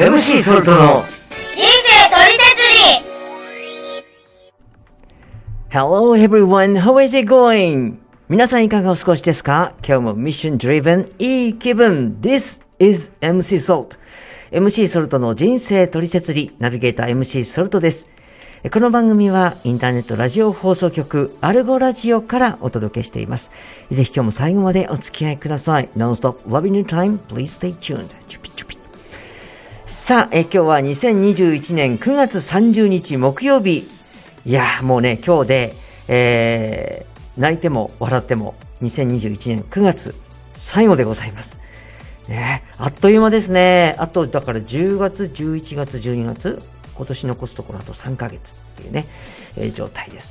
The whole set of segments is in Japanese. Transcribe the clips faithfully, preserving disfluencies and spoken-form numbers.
エムシー ソルトの人生トリセツリー。 Hello everyone, how is it going? 皆さんいかがお過ごしですか？今日もミッションドリブンいい気分 This is エムシー ソルト エムシー ソルトの人生トリセツリナビゲーター エムシー ソルトです。この番組はインターネットラジオ放送局アルゴラジオからお届けしています。ぜひ今日も最後までお付き合いください。 Non-stop loving your time, please stay tuned. チュピチュピ。さあえ今日はにせんにじゅういちねんくがつさんじゅうにち木曜日。いやもうね今日で、えー、泣いても笑ってもにせんにじゅういちねんくがつ最後でございます、ね、あっという間ですね。あとだからじゅうがつじゅういちがつじゅうにがつ今年残すところあとさんかげつっていうね、えー、状態です。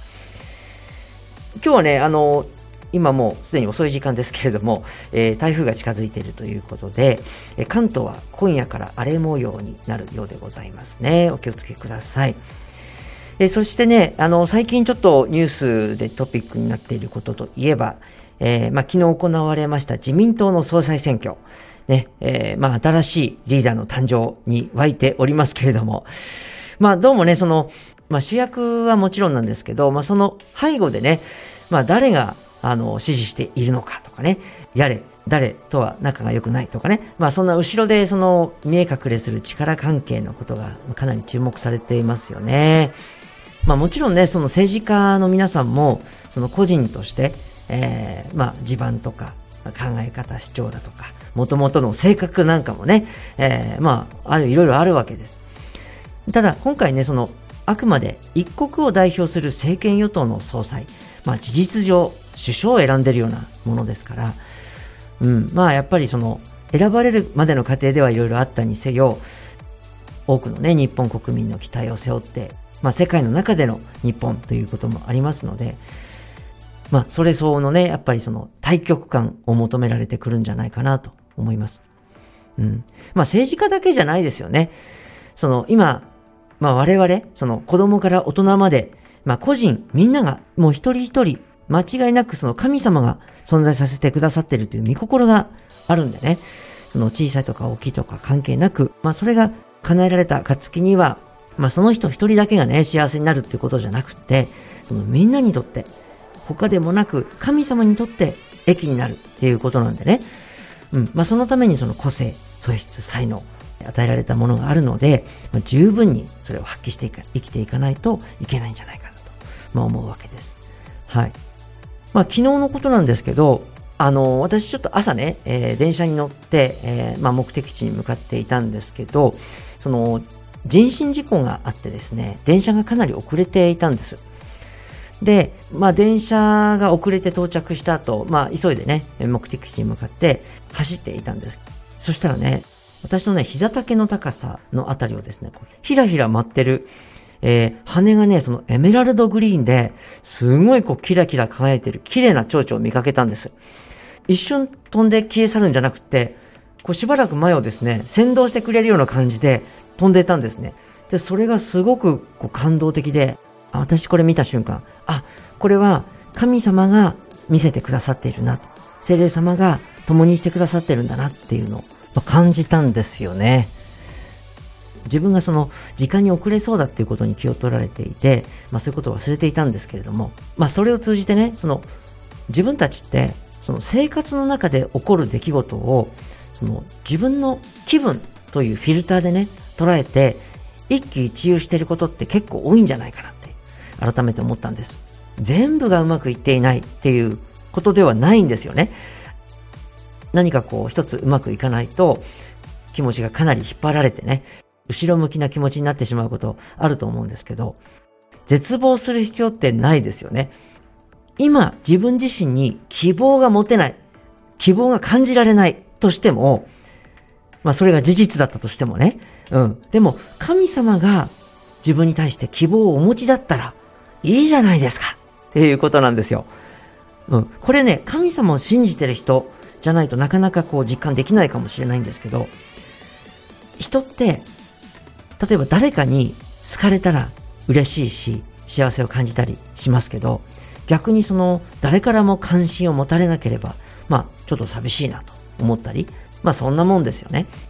今日はねあの今もうすでに遅い時間ですけれども、えー、台風が近づいているということで、えー、関東は今夜から荒れ模様になるようでございますね。お気をつけください。えー、そしてねあの最近ちょっとニュースでトピックになっていることといえば、えーまあ、昨日行われました自民党の総裁選挙ね、えー、まあ新しいリーダーの誕生に沸いておりますけれども、まあどうもねその、まあ、主役はもちろんなんですけど、まあその背後でね、まあ誰があの支持しているのかとかね、やれ誰とは仲が良くないとかね、まあそんな後ろでその見え隠れする力関係のことがかなり注目されていますよね。まあもちろんねその政治家の皆さんもその個人として、えー、まあ地盤とか考え方主張だとか元々の性格なんかもね、えー、まああるいろいろあるわけです。ただ今回ねそのあくまで一国を代表する政権与党の総裁、まあ事実上首相を選んでるようなものですから、うん、まあやっぱりその選ばれるまでの過程ではいろいろあったにせよ、多くのね日本国民の期待を背負って、まあ世界の中での日本ということもありますので、まあそれ相応のねやっぱりその大局観を求められてくるんじゃないかなと思います。うん、まあ政治家だけじゃないですよね。その今まあ我々その子供から大人まで、まあ個人みんながもう一人一人間違いなくその神様が存在させてくださっているという御心があるんでね、その小さいとか大きいとか関係なく、まあそれが叶えられた暁には、まあその人一人だけがね幸せになるっていうことじゃなくて、そのみんなにとって他でもなく神様にとって益になるっていうことなんでね、うん、まあそのためにその個性、素質、才能与えられたものがあるので、まあ、十分にそれを発揮していか生きていかないといけないんじゃないかなと、まあ、思うわけです。はい。まあ昨日のことなんですけど、あの私ちょっと朝ね、えー、電車に乗って、えー、まあ目的地に向かっていたんですけど、その人身事故があってですね、電車がかなり遅れていたんです。で、まあ電車が遅れて到着した後、まあ急いでね目的地に向かって走っていたんです。そしたらね、私のね膝丈の高さのあたりをですね、ひらひら舞ってるえー、羽がね、そのエメラルドグリーンで、すごいこうキラキラ輝いてる綺麗な蝶々を見かけたんです。一瞬飛んで消え去るんじゃなくて、こうしばらく前をですね、先導してくれるような感じで飛んでいたんですね。で、それがすごくこう感動的で、あ、私これ見た瞬間、あ、これは神様が見せてくださっているなと、聖霊様が共にしてくださっているんだなっていうのを感じたんですよね。自分がその時間に遅れそうだっていうことに気を取られていて、まあそういうことを忘れていたんですけれども、まあそれを通じてね、その自分たちってその生活の中で起こる出来事をその自分の気分というフィルターでね捉えて一喜一憂していることって結構多いんじゃないかなって改めて思ったんです。全部がうまくいっていないっていうことではないんですよね。何かこう一つうまくいかないと気持ちがかなり引っ張られてね、後ろ向きな気持ちになってしまうことあると思うんですけど、絶望する必要ってないですよね。今自分自身に希望が持てない、希望が感じられないとしても、まあそれが事実だったとしてもね、うん。でも神様が自分に対して希望をお持ちだったらいいじゃないですかっていうことなんですよ。うん。これね、神様を信じてる人じゃないとなかなかこう実感できないかもしれないんですけど、人って例えば誰かに好かれたら嬉しいし幸せを感じたりしますけど、逆にその誰からも関心を持たれなければまあちょっと寂しいなと思ったり、まあそんなもんですよね。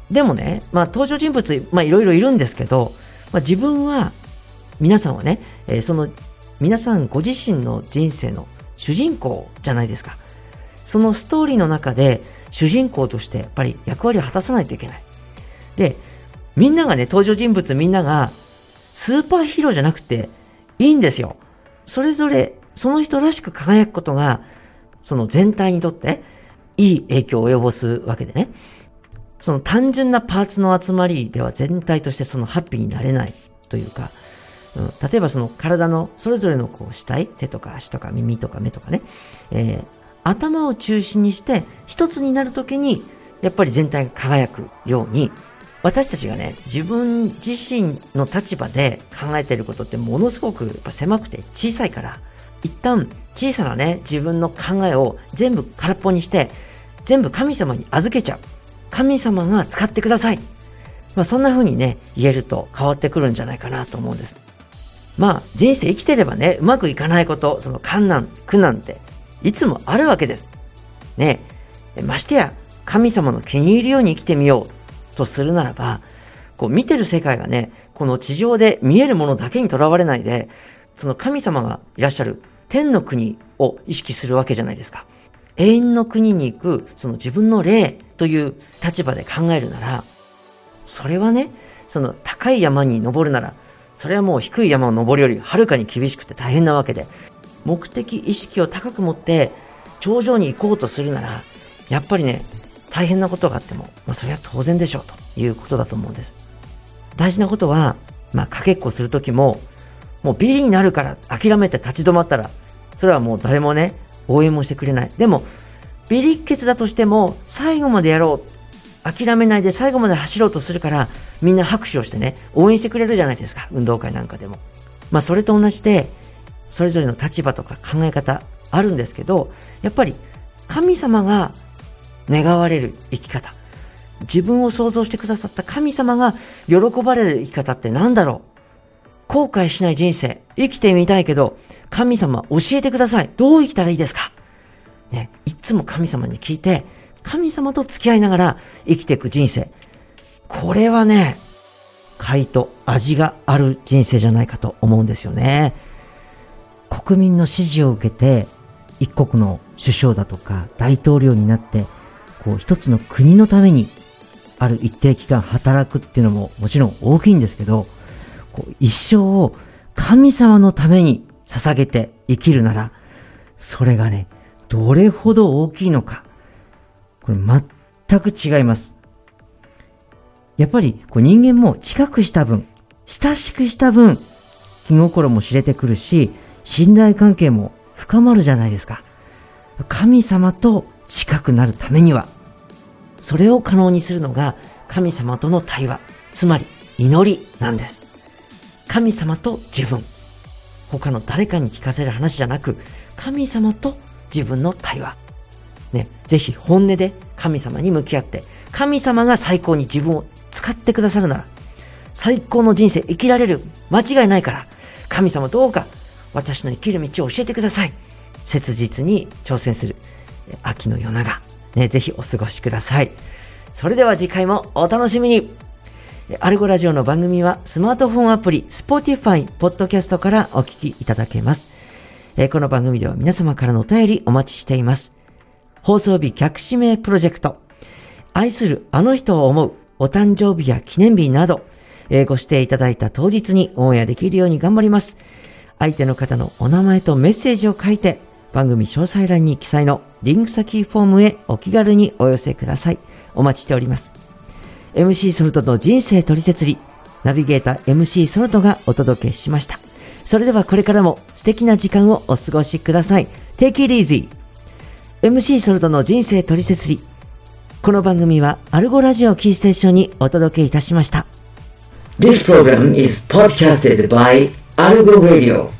でもね、まあ登場人物、まあいろいろいるんですけど、まあ自分は、皆さんはね、えー、その、皆さんご自身の人生の主人公じゃないですか。そのストーリーの中で、主人公としてやっぱり役割を果たさないといけない。で、みんながね、登場人物みんなが、スーパーヒーローじゃなくていいんですよ。それぞれ、その人らしく輝くことが、その全体にとって、いい影響を及ぼすわけでね。その単純なパーツの集まりでは全体としてそのハッピーになれないというか、うん、例えばその体のそれぞれのこう主体、手とか足とか耳とか目とかね、えー、頭を中心にして一つになるときにやっぱり全体が輝くように、私たちがね、自分自身の立場で考えていることってものすごくやっぱ狭くて小さいから、一旦小さなね、自分の考えを全部空っぽにして全部神様に預けちゃう。神様が使ってください。まあそんな風にね、言えると変わってくるんじゃないかなと思うんです。まあ人生生きてればね、うまくいかないこと、その困難、苦難っていつもあるわけです。ね、ましてや神様の気に入るように生きてみようとするならば、こう見てる世界がね、この地上で見えるものだけにとらわれないで、その神様がいらっしゃる天の国を意識するわけじゃないですか。永遠の国に行く、その自分の霊という立場で考えるなら、それはね、その高い山に登るなら、それはもう低い山を登るよりはるかに厳しくて大変なわけで、目的意識を高く持って頂上に行こうとするなら、やっぱりね、大変なことがあっても、まあそれは当然でしょうということだと思うんです。大事なことは、まあかけっこするときも、もうビリになるから諦めて立ち止まったら、それはもう誰もね、応援もしてくれない。でも、ビリッケツだとしても、最後までやろう。諦めないで最後まで走ろうとするから、みんな拍手をしてね、応援してくれるじゃないですか。運動会なんかでも。まあ、それと同じで、それぞれの立場とか考え方あるんですけど、やっぱり、神様が願われる生き方。自分を創造してくださった神様が喜ばれる生き方って何だろう。後悔しない人生、生きてみたいけど、神様教えてください。どう生きたらいいですかね、いつも神様に聞いて、神様と付き合いながら生きていく人生。これはね、快と味がある人生じゃないかと思うんですよね。国民の支持を受けて、一国の首相だとか大統領になって、こう一つの国のためにある一定期間働くっていうのももちろん大きいんですけど、こう一生を神様のために捧げて生きるなら、それがね、どれほど大きいのか。これ全く違います。やっぱりこう人間も近くした分、親しくした分、気心も知れてくるし、信頼関係も深まるじゃないですか。神様と近くなるためには、それを可能にするのが神様との対話、つまり祈りなんです。神様と自分。他の誰かに聞かせる話じゃなく、神様と自分の対話。ね、ぜひ本音で神様に向き合って、神様が最高に自分を使ってくださるなら、最高の人生生きられる間違いないから、神様どうか私の生きる道を教えてください。切実に挑戦する秋の夜長、ね、ぜひお過ごしください。それでは次回もお楽しみに。アルゴラジオの番組はスマートフォンアプリ Spotify、Podcast からお聞きいただけます。この番組では皆様からのお便りお待ちしています。放送日逆指名プロジェクト、愛するあの人を思うお誕生日や記念日など、えー、ご指定いただいた当日にオンエアできるように頑張ります。相手の方のお名前とメッセージを書いて、番組詳細欄に記載のリンク先フォームへお気軽にお寄せください。お待ちしております。エムシー ソルトの人生取説理、ナビゲーター エムシー ソルトがお届けしました。それではこれからも素敵な時間をお過ごしください。Take it easy。エムシー ソルトの人生取説理。この番組はアルゴラジオキーステーションにお届けいたしました。This program is podcasted by Algo Radio.